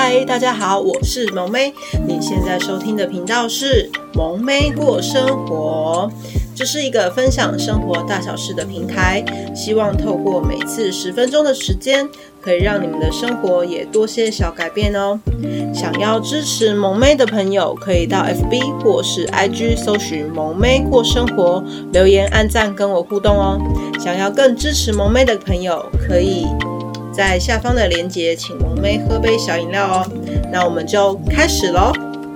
嗨，大家好，我是萌妹。你现在收听的频道是萌妹过生活，这是一个分享生活大小事的平台，希望透过每次10分钟的时间，可以让你们的生活也多些小改变哦。想要支持萌妹的朋友，可以到 FB 或是 IG 搜寻萌妹过生活，留言按赞跟我互动哦。想要更支持萌妹的朋友，可以在下方的连结请萌妹喝杯小饮料哦。那我们就开始咯。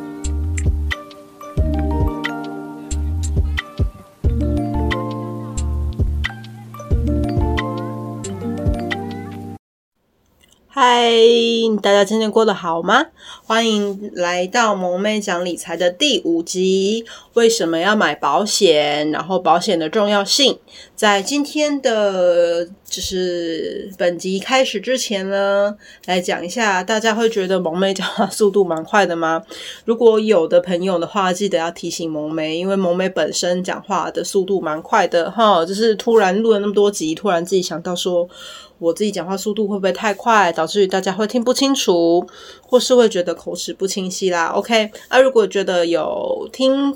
嗨，大家今天过得好吗？欢迎来到萌妹讲理财的第5集，为什么要买保险，然后保险的重要性。在今天的本集开始之前呢，来讲一下，大家会觉得萌妹讲话速度蛮快的吗？如果有的朋友的话，记得要提醒萌妹，因为萌妹本身讲话的速度蛮快的齁，就是突然录了那么多集，突然自己想到说我自己讲话速度会不会太快，导致于大家会听不清楚，或是会觉得口齿不清晰啦。OK， 如果觉得有听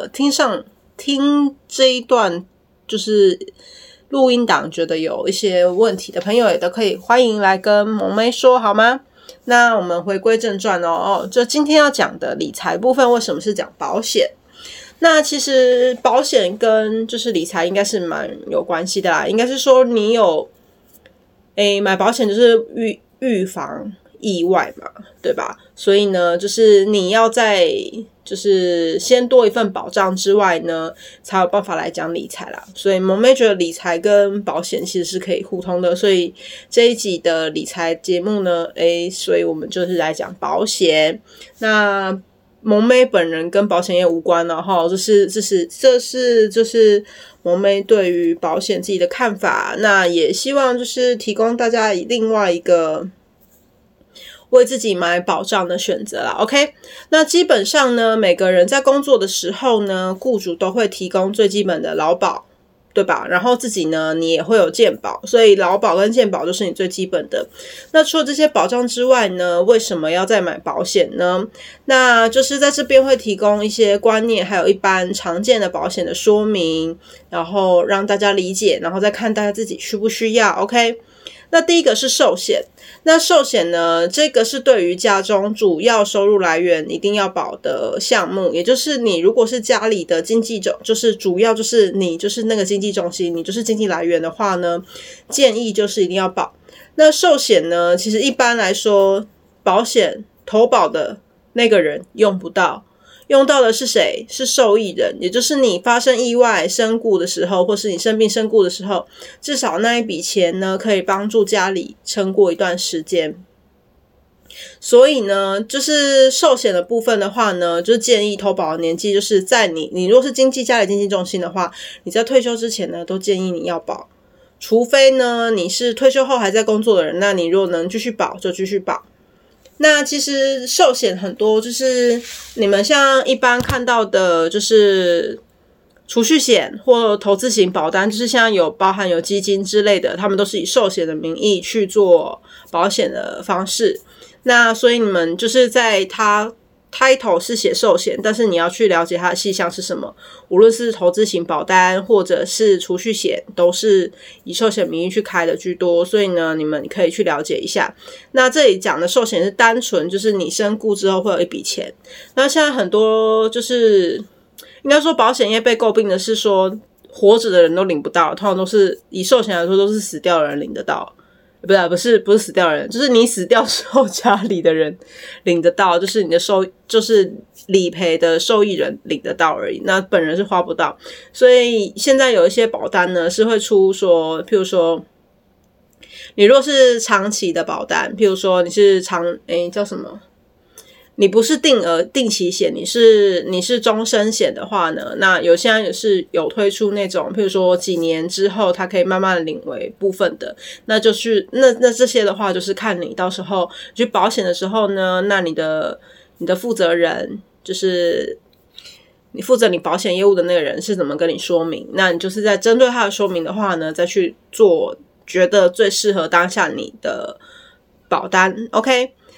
这一段就是录音档觉得有一些问题的朋友，也都可以欢迎来跟萌妹说好吗？那我们回归正传哦。就今天要讲的理财部分，为什么是讲保险？那其实保险跟就是理财应该是蛮有关系的啦，应该是说你有买保险就是预防意外嘛，对吧？所以呢，就是你要在就是先多一份保障之外呢，才有办法来讲理财啦。所以萌妹觉得理财跟保险其实是可以互通的，所以这一集的理财节目呢，所以我们就是来讲保险。那萌妹本人跟保险业无关了齁，这是就是萌妹对于保险自己的看法，那也希望就是提供大家另外一个为自己买保障的选择啦。 OK， 那基本上呢，每个人在工作的时候呢，雇主都会提供最基本的劳保，对吧？然后自己呢，你也会有健保，所以劳保跟健保就是你最基本的。那除了这些保障之外呢，为什么要再买保险呢？那就是在这边会提供一些观念，还有一般常见的保险的说明，然后让大家理解，然后再看大家自己需不需要。 OK， 那第一个是寿险。那寿险呢，这个是对于家中主要收入来源一定要保的项目，也就是你如果是家里的经济就是主要就是你就是那个经济中心，你就是经济来源的话呢，建议就是一定要保。那寿险呢，其实一般来说保险投保的那个人用不到，用到的是谁？是受益人，也就是你发生意外身故的时候，或是你生病身故的时候，至少那一笔钱呢，可以帮助家里撑过一段时间。所以呢，就是寿险的部分的话呢，就是建议投保的年纪就是在你如果是家里经济中心的话，你在退休之前呢，都建议你要保。除非呢，你是退休后还在工作的人，那你如果能继续保就继续保。那其实寿险很多，就是你们像一般看到的就是储蓄险或投资型保单，就是像包含有基金之类的，他们都是以寿险的名义去做保险的方式。那所以你们就是在它title 是写寿险，但是你要去了解它的细项是什么，无论是投资型保单或者是储蓄险，都是以寿险名义去开的居多，所以呢，你们可以去了解一下。那这里讲的寿险是单纯就是你身故之后会有一笔钱。那现在很多就是应该说保险业被诟病的是说活着的人都领不到，通常都是以寿险来说都是死掉的人领得到。不是死掉的人，就是你死掉之后家里的人领得到，就是你的就是理赔的受益人领得到而已，那本人是花不到。所以现在有一些保单呢是会出说，譬如说你如果是长期的保单，譬如说你是叫什么？你不是定期险，你是终身险的话呢，那现在也是有推出那种譬如说几年之后它可以慢慢的领为部分的，那就是那这些的话就是看你到时候去保险的时候呢，那你的负责人就是你负责你保险业务的那个人是怎么跟你说明，那你就是在针对他的说明的话呢，再去做觉得最适合当下你的保单。 OK，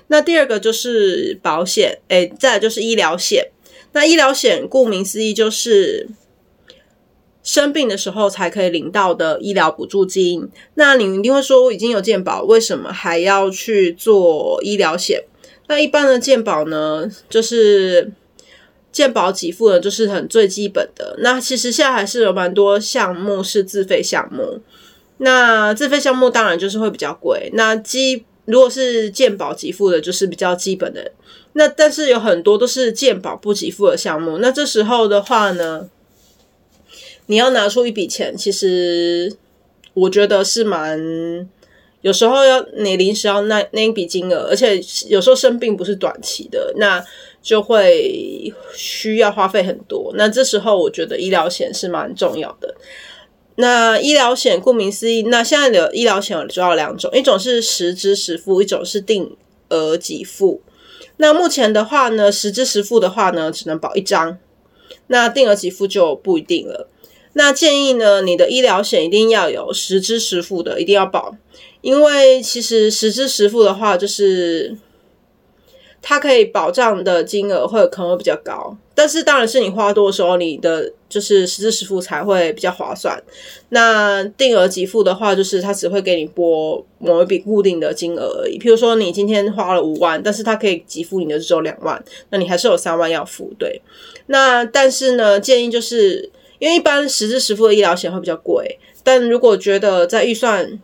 那第二个就是保险，再来就是医疗险。那医疗险顾名思义就是生病的时候才可以领到的医疗补助金。那你一定会说，我已经有健保，为什么还要去做医疗险？那一般的健保呢，就是健保给付呢，就是很最基本的。那其实现在还是有蛮多项目是自费项目，那自费项目当然就是会比较贵。那如果是健保给付的，就是比较基本的。那但是有很多都是健保不给付的项目，那这时候的话呢，你要拿出一笔钱，其实我觉得是有时候你临时要那一笔金额，而且有时候生病不是短期的，那就会需要花费很多。那这时候我觉得医疗险是蛮重要的。那医疗险顾名思义，那现在的医疗险主要2种，一种是实支实付，一种是定额给付。那目前的话呢，实支实付的话呢，只能保1张，那定额给付就不一定了。那建议呢，你的医疗险一定要有实支实付的，一定要保。因为其实实支实付的话，就是它可以保障的金额可能会比较高，但是当然是你花多的时候，你的就是实支实付才会比较划算。那定额给付的话，就是它只会给你拨某一笔固定的金额而已。譬如说你今天花了5万，但是它可以给付你的只有2万，那你还是有3万要付，对。那但是呢，建议就是因为一般实支实付的医疗险会比较贵，但如果觉得在预算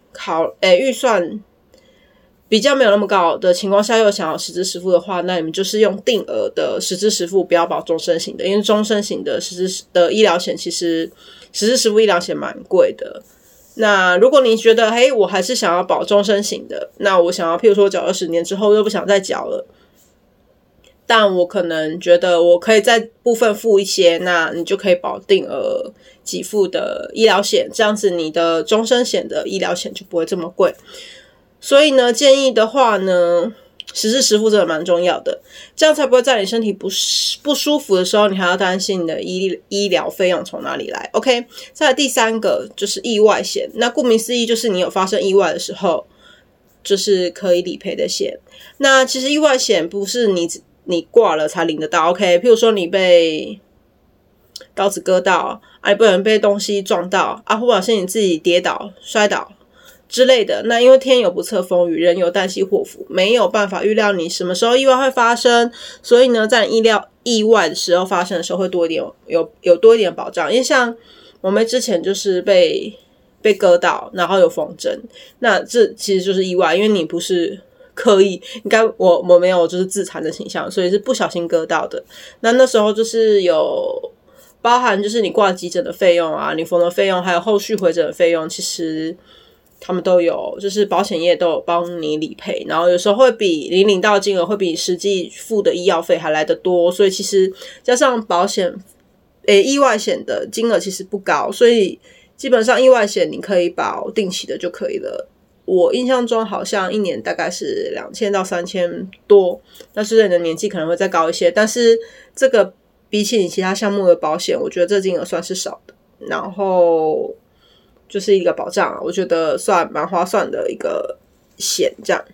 比较没有那么高的情况下，又想要实支实付的话，那你们就是用定额的实支实付，不要保终身型的，因为终身型的实支的医疗险其实实支实付医疗险蛮贵的。那如果你觉得我还是想要保终身型的，那我想要譬如说缴20年之后又不想再缴了，但我可能觉得我可以再部分付一些，那你就可以保定额给付的医疗险，这样子你的终身险的医疗险就不会这么贵。所以呢，建议的话呢，实支实付真的蛮重要的，这样才不会在你身体不舒服的时候，你还要担心你的医疗费用从哪里来。OK， 再来第3个就是意外险。那顾名思义，就是你有发生意外的时候，就是可以理赔的险。那其实意外险不是你挂了才领得到 ，OK？ 譬如说你被刀子割到，你不小心被东西撞到，或者是你自己跌倒摔倒之类的，那因为天有不测风云，人有旦夕祸福，没有办法预料你什么时候意外会发生，所以呢，在你意外的时候发生的时候会多一点有多一点保障。因为像我们之前就是被割到，然后有缝针，那这其实就是意外，因为你不是刻意，应该我没有就是自残的倾向，所以是不小心割到的。那时候就是有包含就是你挂急诊的费用你缝的费用，还有后续回诊的费用，其实他们都有，就是保险业都有帮你理赔，然后有时候会比你领到的金额会比实际付的医药费还来得多，所以其实加上保险意外险的金额其实不高，所以基本上意外险你可以保定期的就可以了。我印象中好像一年大概是2000到3000多，但是你的年纪可能会再高一些，但是这个比起你其他项目的保险，我觉得这金额算是少的，然后就是一个保障，我觉得算蛮划算的一个险这样。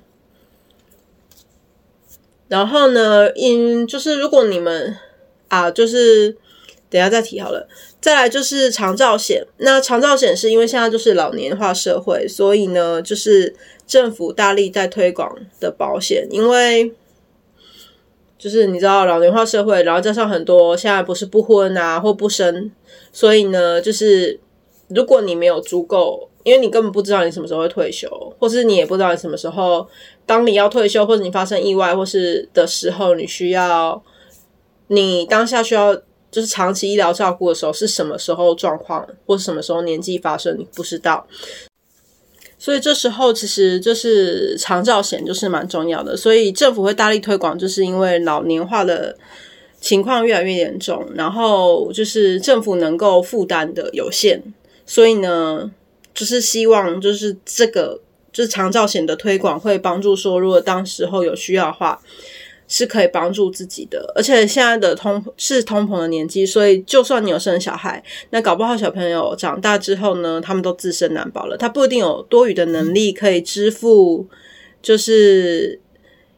然后呢，就是如果你们就是等一下再提好了。再来就是长照险，那长照险是因为现在就是老年化社会，所以呢就是政府大力在推广的保险，因为就是你知道老年化社会，然后加上很多现在不是不婚或不生，所以呢就是如果你没有足够，因为你根本不知道你什么时候会退休，或是你也不知道你什么时候，当你要退休或者你发生意外或是的时候，你当下需要就是长期医疗照顾的时候是什么时候状况，或是什么时候年纪发生，你不知道。所以这时候其实就是长照险就是蛮重要的，所以政府会大力推广，就是因为老年化的情况越来越严重，然后就是政府能够负担的有限，所以呢就是希望就是这个就是长照险的推广会帮助说，如果当时候有需要的话是可以帮助自己的。而且现在的通膨的年纪，所以就算你有生小孩，那搞不好小朋友长大之后呢，他们都自身难保了，他不一定有多余的能力可以支付就是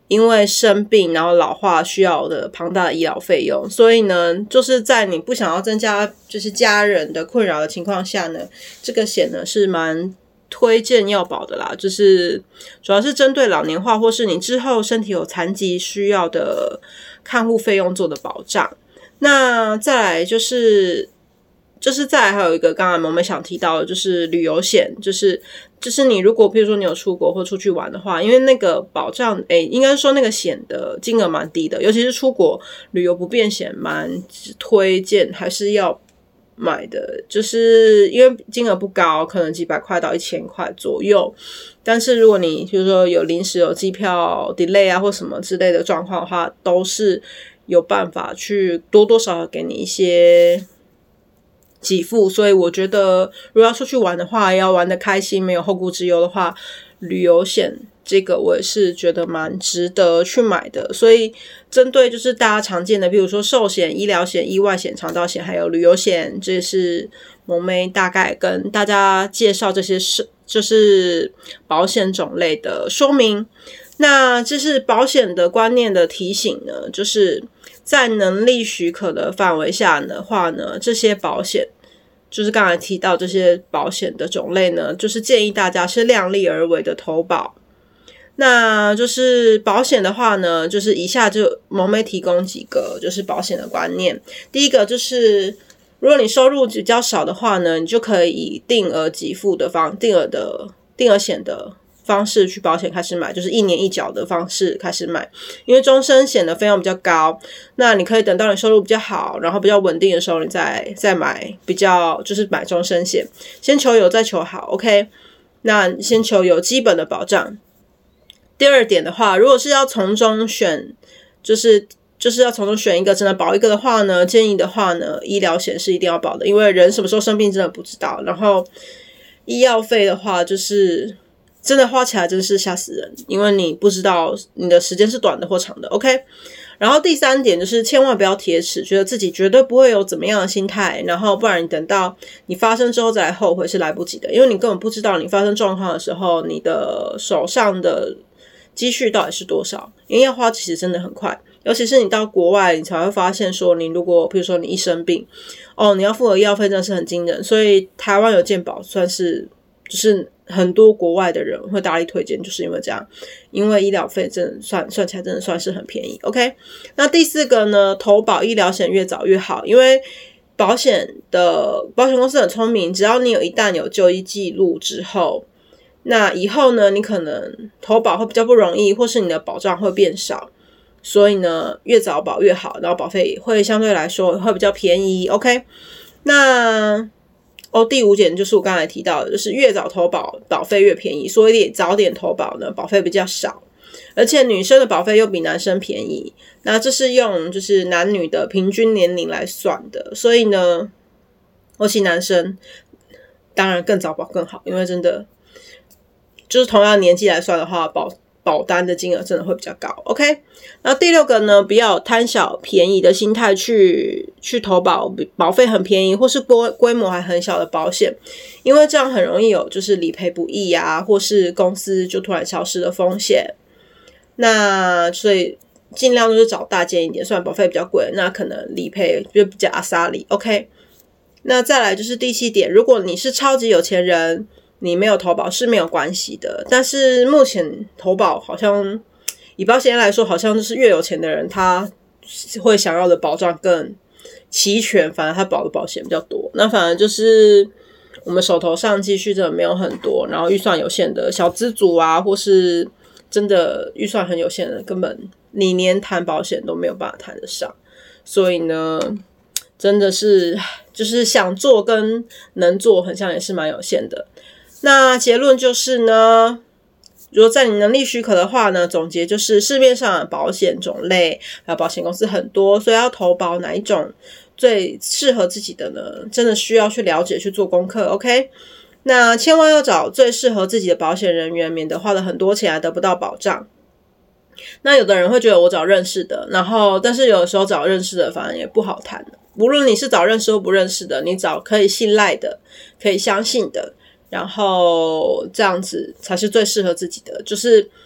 因为生病然后老化需要的庞大的医疗费用，所以呢就是在你不想要增加就是家人的困扰的情况下呢，这个险呢是蛮推荐要保的啦，就是主要是针对老年化或是你之后身体有残疾需要的看护费用做的保障。那再来就是再来还有一个刚才萌萌想提到的就是旅游险，就是你如果比如说你有出国或出去玩的话，因为那个保障应该说那个险的金额蛮低的，尤其是出国旅游不便险蛮推荐还是要买的，就是因为金额不高，可能几百块到1000块左右，但是如果你比如说有临时有机票 delay 啊或什么之类的状况的话，都是有办法去多多少少给你一些给付。所以我觉得如果要出去玩的话，要玩得开心没有后顾之忧的话，旅游险这个我也是觉得蛮值得去买的。所以针对就是大家常见的比如说寿险、医疗险、意外险、长照险还有旅游险，这是萌妹大概跟大家介绍这些就是保险种类的说明。那这是保险的观念的提醒呢，就是在能力许可的范围下的话呢，这些保险就是刚才提到这些保险的种类呢，就是建议大家是量力而为的投保。那就是保险的话呢，就是以下就萌妹提供几个就是保险的观念。第一个就是如果你收入比较少的话呢，你就可以以定额给付的定额险的方式去保险开始买，就是1年1缴的方式开始买。因为终身险的费用比较高，那你可以等到你收入比较好然后比较稳定的时候，你再买比较就是买终身险，先求有再求好 OK。 那先求有基本的保障。第二点的话，如果是要从中选就是要从中选一个真的保一个的话呢，建议的话呢，医疗险是一定要保的，因为人什么时候生病真的不知道，然后医药费的话就是真的花起来真是吓死人，因为你不知道你的时间是短的或长的 OK。 然后第三点就是千万不要铁齿，觉得自己绝对不会有怎么样的心态，然后不然你等到你发生之后再来后悔是来不及的，因为你根本不知道你发生状况的时候你的手上的积蓄到底是多少，因为要花其实真的很快，尤其是你到国外你才会发现说，你如果比如说你一生病你要付的医药费真的是很惊人。所以台湾有健保算是就是很多国外的人会大力推荐，就是因为这样，因为医疗费真的算起来真的算是很便宜 OK。 那第四个呢，投保医疗险越早越好，因为保险公司很聪明，只要你一旦有就医记录之后，那以后呢你可能投保会比较不容易，或是你的保障会变少，所以呢越早保越好，然后保费会相对来说会比较便宜 OK。 那第五点就是我刚才提到的，就是越早投保保费越便宜，所以早点投保呢保费比较少，而且女生的保费又比男生便宜。那这是用就是男女的平均年龄来算的，所以呢尤其男生当然更早保更好，因为真的就是同样年纪来算的话，保单的金额真的会比较高 OK。 然后第六个呢，不要有贪小便宜的心态去投保保费很便宜或是规模还很小的保险，因为这样很容易有就是理赔不易啊，或是公司就突然消失的风险。那所以尽量就是找大间一点，虽然保费比较贵，那可能理赔就比较阿萨里 OK。 那再来就是第7点，如果你是超级有钱人，你没有投保是没有关系的，但是目前投保好像以保险来说，好像就是越有钱的人他会想要的保障更齐全，反而他保的保险比较多。那反而就是我们手头上积蓄真的没有很多，然后预算有限的小资族啊，或是真的预算很有限的，根本你连谈保险都没有办法谈得上。所以呢真的是就是想做跟能做很像也是蛮有限的。那结论就是呢，如果在你能力许可的话呢，总结就是市面上的保险种类还有保险公司很多，所以要投保哪一种最适合自己的呢，真的需要去了解去做功课 OK。 那千万要找最适合自己的保险人员，免得花了很多钱还得不到保障。那有的人会觉得我找认识的，然后但是有的时候找认识的反而也不好谈，无论你是找认识或不认识的，你找可以信赖的可以相信的，然后这样子才是最适合自己的。就是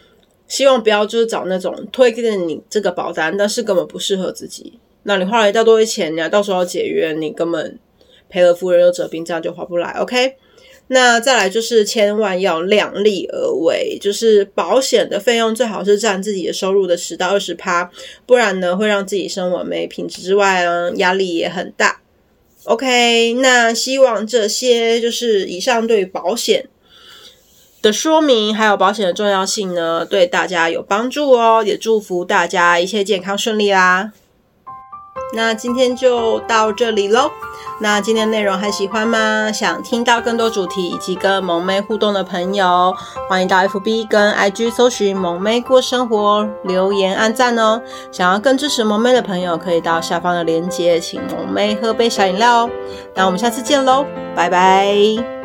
希望不要就是找那种推荐你这个保单，但是根本不适合自己，那你花了一大堆钱，你到时候要解约，你根本赔了夫人又折兵，这样就划不来 OK。 那再来就是千万要量力而为，就是保险的费用最好是占自己的收入的10到20%，不然呢会让自己生活没品质之外呢压力也很大。 OK， 那希望这些就是以上对于保险的说明还有保险的重要性呢对大家有帮助哦，也祝福大家一切健康顺利啦。那今天就到这里咯。那今天内容还喜欢吗？想听到更多主题以及跟萌妹互动的朋友，欢迎到 FB 跟 IG 搜寻萌妹过生活，留言按赞哦。想要更支持萌妹的朋友，可以到下方的连结请萌妹喝杯小饮料哦。那我们下次见咯，拜拜。